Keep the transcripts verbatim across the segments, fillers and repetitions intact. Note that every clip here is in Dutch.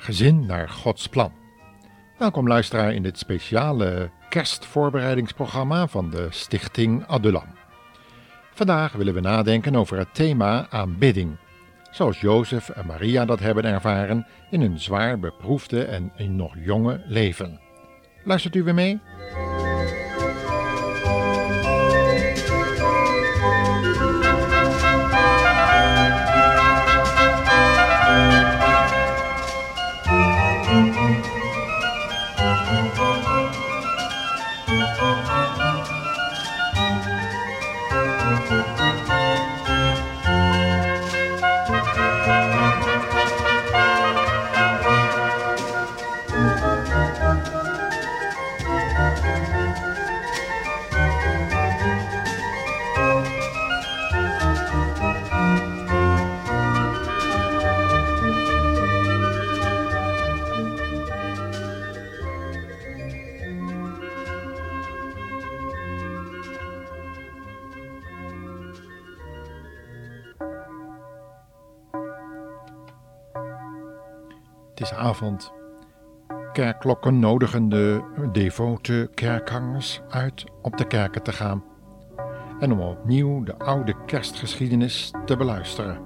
Gezin naar Gods plan. Welkom luisteraar in dit speciale kerstvoorbereidingsprogramma van de Stichting Adullam. Vandaag willen we nadenken over het thema aanbidding, zoals Jozef en Maria dat hebben ervaren in hun zwaar beproefde en in nog jonge leven. Luistert u weer mee? Het is avond. Kerkklokken nodigen de devote kerkgangers uit op de kerken te gaan en om opnieuw de oude kerstgeschiedenis te beluisteren.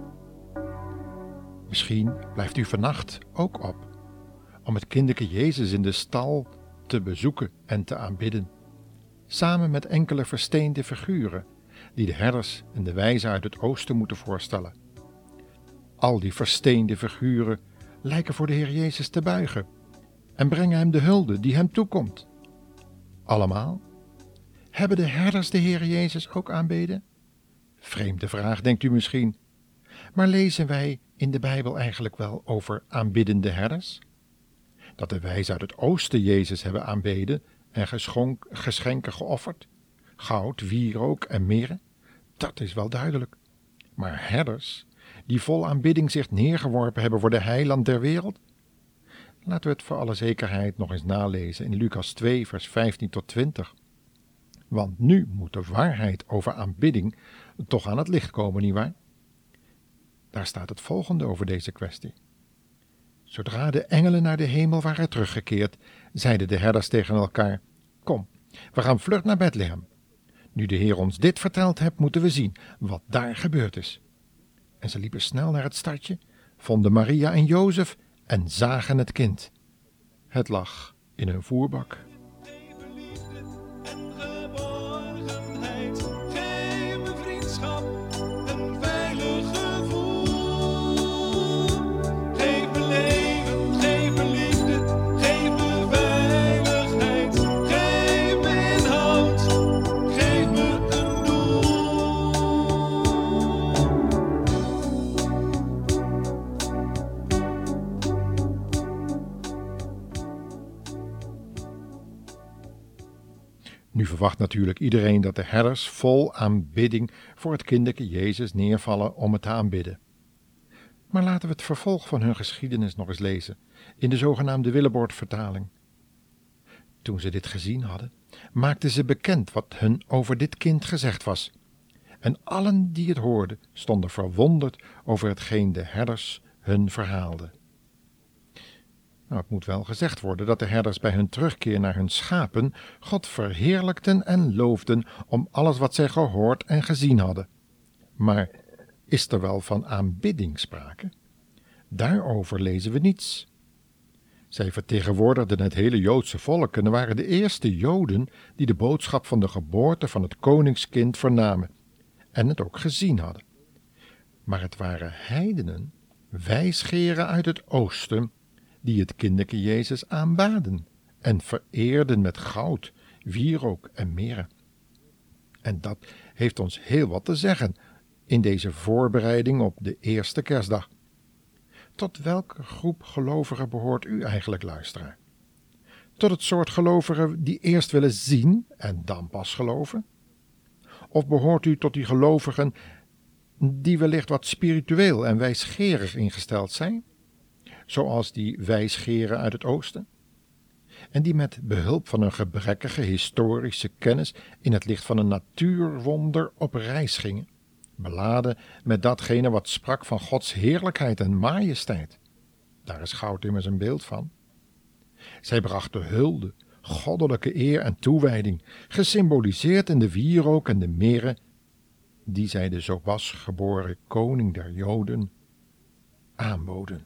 Misschien blijft u vannacht ook op om het kinderke Jezus in de stal te bezoeken en te aanbidden, samen met enkele versteende figuren die de herders en de wijzen uit het oosten moeten voorstellen. Al die versteende figuren lijken voor de Heer Jezus te buigen en brengen hem de hulde die hem toekomt. Allemaal? Hebben de herders de Heer Jezus ook aanbeden? Vreemde vraag, denkt u misschien. Maar lezen wij in de Bijbel eigenlijk wel over aanbiddende herders? Dat de wijzen uit het oosten Jezus hebben aanbeden en geschonk, geschenken geofferd, goud, wierook en mirre, dat is wel duidelijk. Maar herders die vol aanbidding zich neergeworpen hebben voor de heiland der wereld? Laten we het voor alle zekerheid nog eens nalezen in Lucas twee, vers vijftien tot twintig. Want nu moet de waarheid over aanbidding toch aan het licht komen, nietwaar? Daar staat het volgende over deze kwestie. Zodra de engelen naar de hemel waren teruggekeerd, zeiden de herders tegen elkaar: Kom, we gaan vlug naar Bethlehem. Nu de Heer ons dit verteld hebt, moeten we zien wat daar gebeurd is. En ze liepen snel naar het stadje, vonden Maria en Jozef en zagen het kind. Het lag in een voerbak. Nu verwacht natuurlijk iedereen dat de herders vol aanbidding voor het kinderke Jezus neervallen om het te aanbidden. Maar laten we het vervolg van hun geschiedenis nog eens lezen, in de zogenaamde Willebord-vertaling. Toen ze dit gezien hadden, maakten ze bekend wat hun over dit kind gezegd was. En allen die het hoorden, stonden verwonderd over hetgeen de herders hun verhaalden. Nou, het moet wel gezegd worden dat de herders bij hun terugkeer naar hun schapen God verheerlijkten en loofden om alles wat zij gehoord en gezien hadden. Maar is er wel van aanbidding sprake? Daarover lezen we niets. Zij vertegenwoordigden het hele Joodse volk en waren de eerste Joden die de boodschap van de geboorte van het koningskind vernamen en het ook gezien hadden. Maar het waren heidenen, wijsgeren uit het oosten, die het kinderke Jezus aanbaden en vereerden met goud, wierook en mirre. En dat heeft ons heel wat te zeggen in deze voorbereiding op de eerste kerstdag. Tot welke groep gelovigen behoort u eigenlijk, luisteraar? Tot het soort gelovigen die eerst willen zien en dan pas geloven? Of behoort u tot die gelovigen die wellicht wat spiritueel en wijsgerig ingesteld zijn? Zoals die wijsgeren uit het oosten? En die met behulp van een gebrekkige historische kennis in het licht van een natuurwonder op reis gingen, beladen met datgene wat sprak van Gods heerlijkheid en majesteit. Daar is goud immers een beeld van. Zij brachten hulde, goddelijke eer en toewijding, gesymboliseerd in de wierook en de mirre, die zij de zopas geboren koning der Joden aanboden.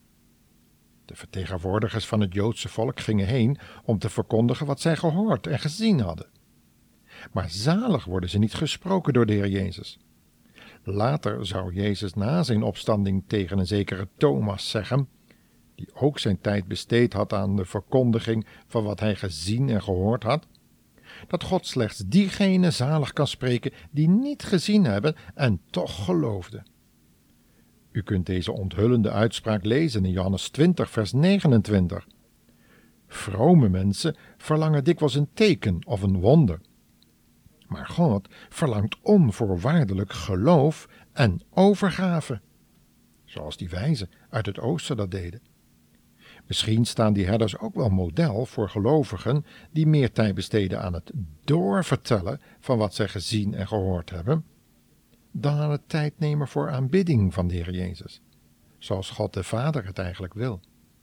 De vertegenwoordigers van het Joodse volk gingen heen om te verkondigen wat zij gehoord en gezien hadden. Maar zalig worden ze niet gesproken door de Heer Jezus. Later zou Jezus na zijn opstanding tegen een zekere Thomas zeggen, die ook zijn tijd besteed had aan de verkondiging van wat hij gezien en gehoord had, dat God slechts diegenen zalig kan spreken die niet gezien hebben en toch geloofden. U kunt deze onthullende uitspraak lezen in Johannes twintig, vers negenentwintig. Vrome mensen verlangen dikwijls een teken of een wonder. Maar God verlangt onvoorwaardelijk geloof en overgave, zoals die wijzen uit het oosten dat deden. Misschien staan die herders ook wel model voor gelovigen die meer tijd besteden aan het doorvertellen van wat zij gezien en gehoord hebben, dan aan het tijd nemen voor aanbidding van de Heer Jezus, zoals God de Vader het eigenlijk wil.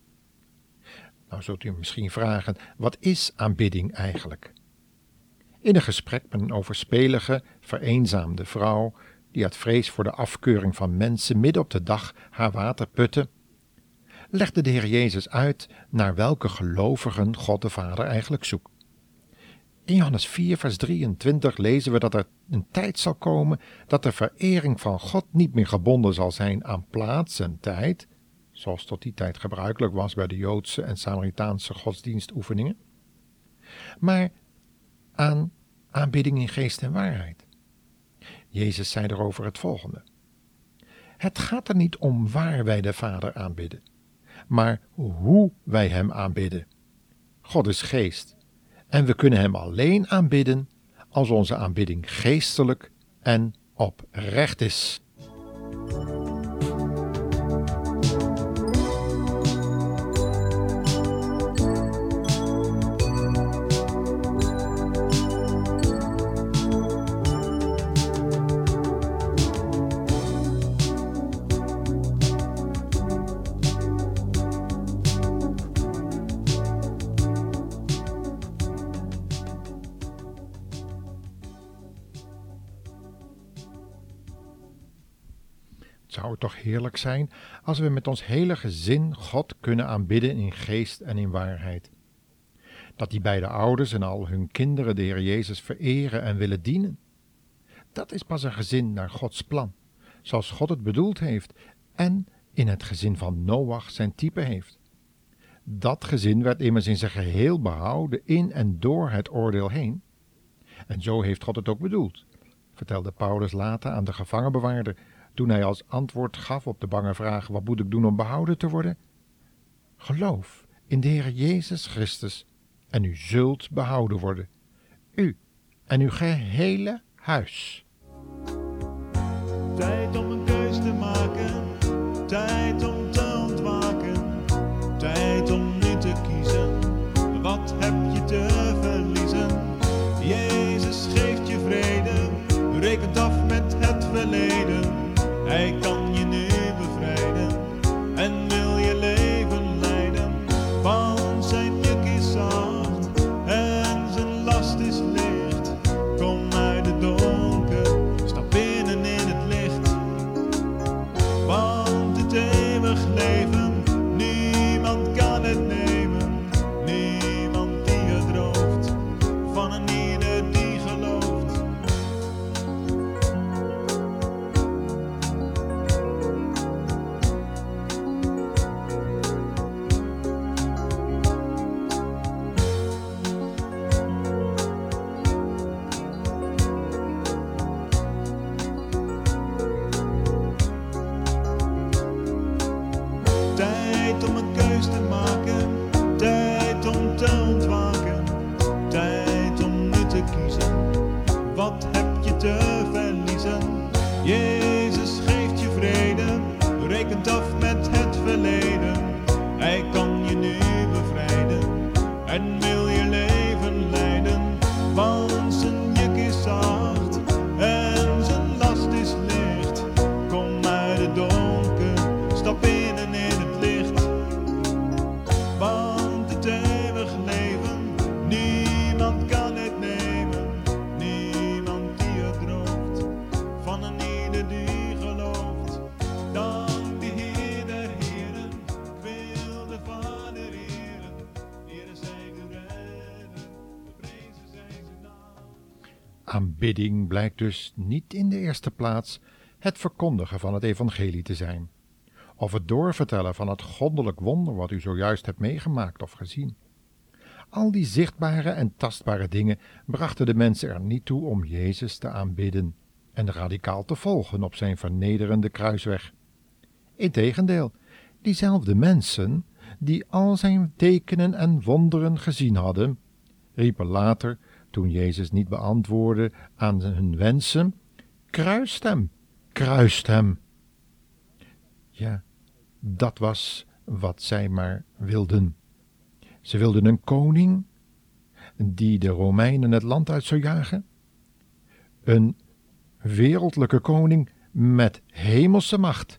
Nou zult u misschien vragen, wat is aanbidding eigenlijk? In een gesprek met een overspelige, vereenzaamde vrouw, die uit vrees voor de afkeuring van mensen midden op de dag haar water putte, legde de Heer Jezus uit naar welke gelovigen God de Vader eigenlijk zoekt. In Johannes vier, vers drieëntwintig lezen we dat er een tijd zal komen dat de verering van God niet meer gebonden zal zijn aan plaats en tijd, zoals tot die tijd gebruikelijk was bij de Joodse en Samaritaanse godsdienstoefeningen, maar aan aanbidding in geest en waarheid. Jezus zei erover het volgende: Het gaat er niet om waar wij de Vader aanbidden, maar hoe wij hem aanbidden. God is geest en we kunnen hem alleen aanbidden als onze aanbidding geestelijk en oprecht is. Zou het toch heerlijk zijn als we met ons hele gezin God kunnen aanbidden in geest en in waarheid. Dat die beide ouders en al hun kinderen de Heer Jezus vereren en willen dienen. Dat is pas een gezin naar Gods plan, zoals God het bedoeld heeft en in het gezin van Noach zijn type heeft. Dat gezin werd immers in zijn geheel behouden in en door het oordeel heen. En zo heeft God het ook bedoeld, vertelde Paulus later aan de gevangenbewaarder, toen hij als antwoord gaf op de bange vraag: wat moet ik doen om behouden te worden? Geloof in de Heer Jezus Christus en u zult behouden worden, u en uw gehele huis. Tijd om een keus te maken, tijd om te ontwaken, tijd om nu te kiezen. Wat heb je te verliezen? Jezus geeft je vrede, rekent af met het verleden. Hij kan je nu bevrijden en wil je leven leiden. Want zijn juk is zacht en zijn last is licht. Kom uit het donker, stap binnen in het licht. Want het eeuwig leven, niemand kan het nemen. Niemand die het rooft van een ieder die gelooft. Tijd om een keus te maken, tijd om te ontwaken, tijd om nu te kiezen. Wat heb je te verliezen? Jezus geeft je vrede, rekent af met het verleden. Hij kan je nu bevrijden en wil je leven leiden. Want zijn juk is zacht en zijn last is licht. Kom uit het donker, stap in en in het licht. Aanbidding blijkt dus niet in de eerste plaats het verkondigen van het evangelie te zijn, of het doorvertellen van het goddelijk wonder wat u zojuist hebt meegemaakt of gezien. Al die zichtbare en tastbare dingen brachten de mensen er niet toe om Jezus te aanbidden en radicaal te volgen op zijn vernederende kruisweg. Integendeel, diezelfde mensen die al zijn tekenen en wonderen gezien hadden, riepen later, toen Jezus niet beantwoordde aan hun wensen, kruist hem, kruist hem. Ja, dat was wat zij maar wilden. Ze wilden een koning die de Romeinen het land uit zou jagen. Een wereldlijke koning met hemelse macht.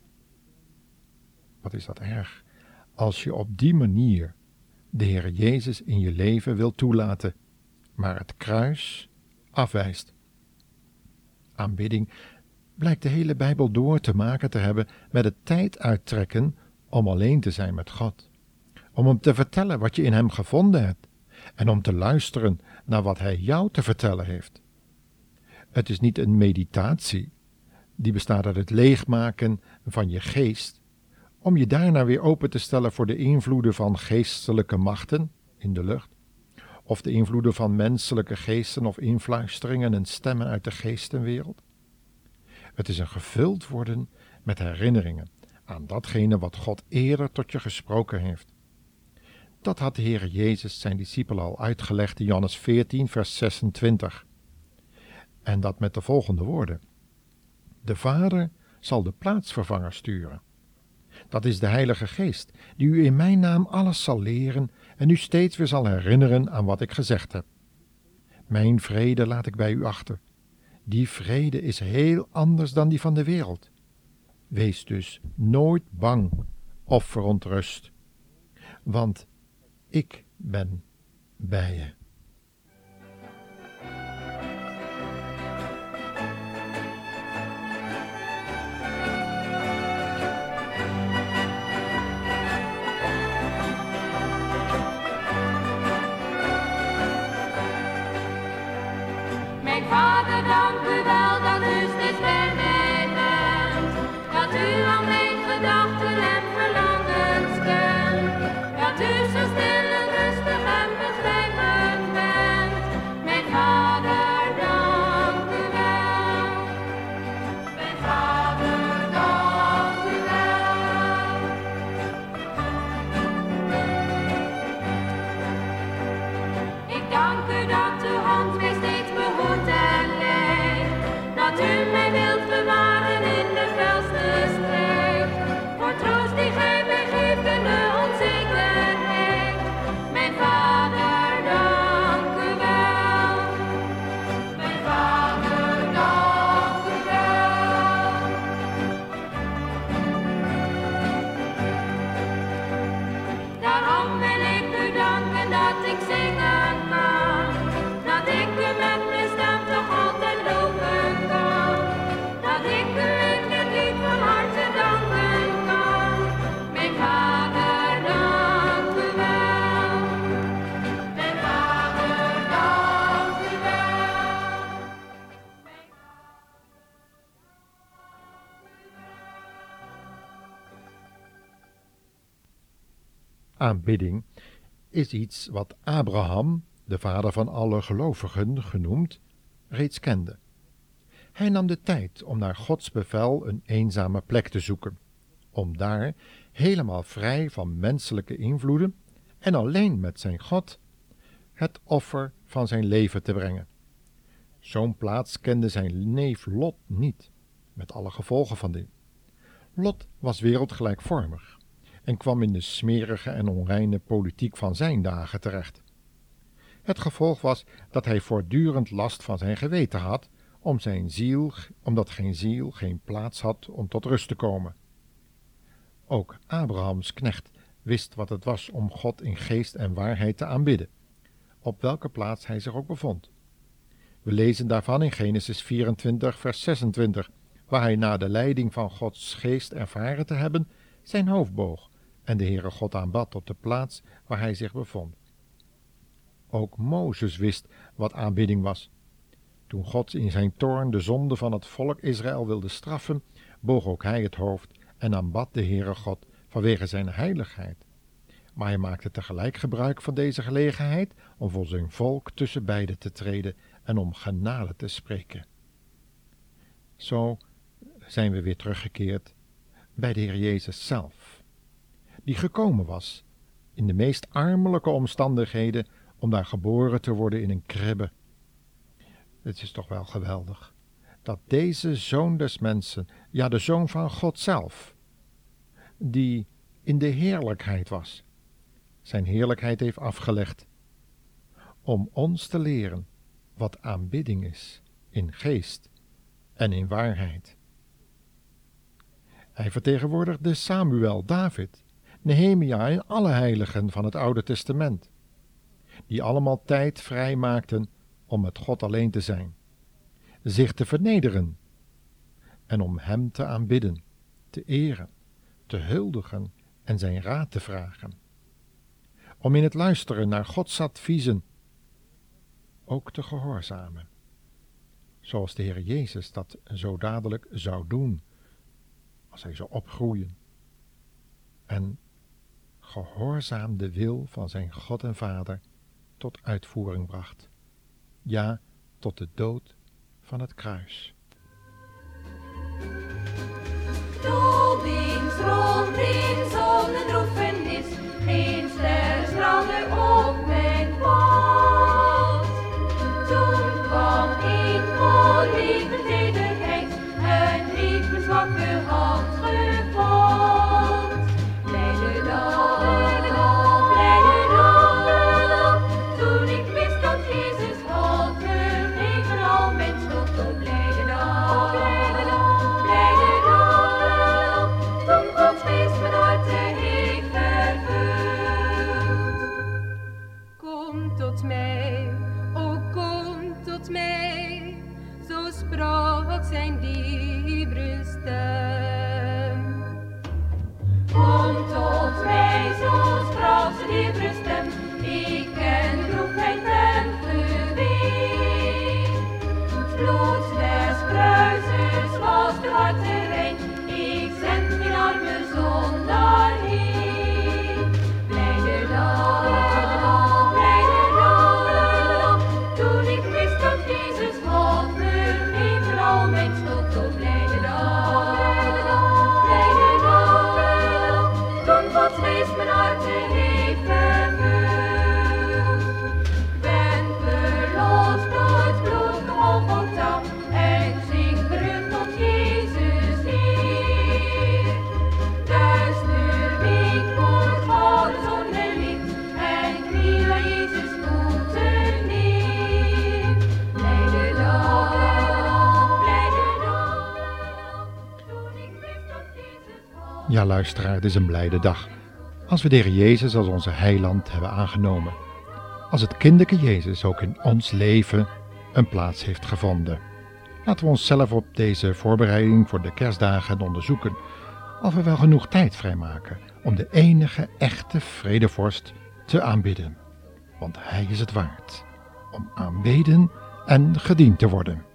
Wat is dat erg, als je op die manier de Heer Jezus in je leven wilt toelaten, maar het kruis afwijst. Aanbidding blijkt de hele Bijbel door te maken te hebben met het tijd uittrekken om alleen te zijn met God. Om hem te vertellen wat je in hem gevonden hebt en om te luisteren naar wat hij jou te vertellen heeft. Het is niet een meditatie, die bestaat uit het leegmaken van je geest, om je daarna weer open te stellen voor de invloeden van geestelijke machten in de lucht, of de invloeden van menselijke geesten of influisteringen en stemmen uit de geestenwereld. Het is een gevuld worden met herinneringen aan datgene wat God eerder tot je gesproken heeft. Dat had de Heer Jezus zijn discipelen al uitgelegd in Johannes veertien, vers zesentwintig. En dat met de volgende woorden: de Vader zal de plaatsvervanger sturen. Dat is de Heilige Geest, die u in mijn naam alles zal leren en u steeds weer zal herinneren aan wat ik gezegd heb. Mijn vrede laat ik bij u achter. Die vrede is heel anders dan die van de wereld. Wees dus nooit bang of verontrust, want ik ben bij je. Mijn Vader, dank u wel dat u steeds bij mij bent, dat u al mijn gedachten en verlangens kent, dat u zo stil en rustig en begrijpend bent. Mijn Vader, dank u wel. Mijn Vader, dank u wel. Ik dank u dat uw hand mij steeds behoedt en leidt, dat u mij wilt bewaren in de felste strijd, voor troost die gij mij geeft in de onzekerheid. Mijn Vader, dank u wel. Mijn Vader, dank u wel. Daarom wil ik u danken dat ik zingen kan, dat ik u met mijn stem toch altijd loven kan, dat ik u in dit lied van harte danken kan. Mijn Vader, dank u wel. Mijn Vader, dank u wel. Aanbidding is iets wat Abraham, de vader van alle gelovigen genoemd, reeds kende. Hij nam de tijd om naar Gods bevel een eenzame plek te zoeken, om daar, helemaal vrij van menselijke invloeden en alleen met zijn God, het offer van zijn leven te brengen. Zo'n plaats kende zijn neef Lot niet, met alle gevolgen van dien. Lot was wereldgelijkvormig en kwam in de smerige en onreine politiek van zijn dagen terecht. Het gevolg was dat hij voortdurend last van zijn geweten had, om zijn ziel, omdat geen ziel geen plaats had om tot rust te komen. Ook Abrahams knecht wist wat het was om God in geest en waarheid te aanbidden, op welke plaats hij zich ook bevond. We lezen daarvan in Genesis vierentwintig, vers zesentwintig, waar hij na de leiding van Gods geest ervaren te hebben, zijn hoofd boog en de Heere God aanbad op de plaats waar hij zich bevond. Ook Mozes wist wat aanbidding was. Toen God in zijn toorn de zonde van het volk Israël wilde straffen, boog ook hij het hoofd en aanbad de Heere God vanwege zijn heiligheid. Maar hij maakte tegelijk gebruik van deze gelegenheid om voor zijn volk tussen beiden te treden en om genade te spreken. Zo zijn we weer teruggekeerd bij de Heer Jezus zelf, die gekomen was in de meest armelijke omstandigheden om daar geboren te worden in een kribbe. Het is toch wel geweldig dat deze Zoon des mensen, ja de Zoon van God zelf, die in de heerlijkheid was, zijn heerlijkheid heeft afgelegd om ons te leren wat aanbidding is in geest en in waarheid. Hij vertegenwoordigde Samuel, David, Nehemia en alle heiligen van het Oude Testament, die allemaal tijd vrijmaakten om met God alleen te zijn, zich te vernederen en om hem te aanbidden, te eren, te huldigen en zijn raad te vragen. Om in het luisteren naar Gods adviezen ook te gehoorzamen, zoals de Heer Jezus dat zo dadelijk zou doen als hij zou opgroeien en gehoorzaam de wil van zijn God en Vader tot uitvoering bracht, ja, tot de dood van het kruis. Toen dienst rond in zonnedroefenis, geen ster straalde op mijn pad. Toen kwam ik voor lieve tederheid en heeft mijn zwakke hand gevat. Blijde dag, blijde dag, toen ik wist dat Jezus had vergeven al mijn schuld. Oh, blijde dag, blijde dag, blijde dag, toen Gods geest mijn hart heeft vervuld. Kom tot mij, o kom tot mij, zo sprak zijn lieve stem. Kom tot mij, zo sprak zijn lieve stem, ik ken droefheid en geween. Bloed des kruises was de harte rein, ik zend mijn arme zondaar heen. Blijde dag, blijde dag, toen ik wist dat Jezus had vergeven al mijn schuld. Oh, blijde dag, blijde dag, toen Gods geest mijn hart heeft vervuld. Ben verlost door het bloed van Golgotha en zing verheugd tot Jezus Heer. Duister week voor gouden zonnelicht en kniel aan Jezus voeten neer. Blijde dag, blijde dag, toen ik wist dat Jezus had. Ja, luisteraar, het is een blijde dag als we de Heer Jezus als onze heiland hebben aangenomen. Als het kinderke Jezus ook in ons leven een plaats heeft gevonden. Laten we onszelf op deze voorbereiding voor de kerstdagen onderzoeken of we wel genoeg tijd vrijmaken om de enige echte vredevorst te aanbidden. Want hij is het waard om aanbeden en gediend te worden.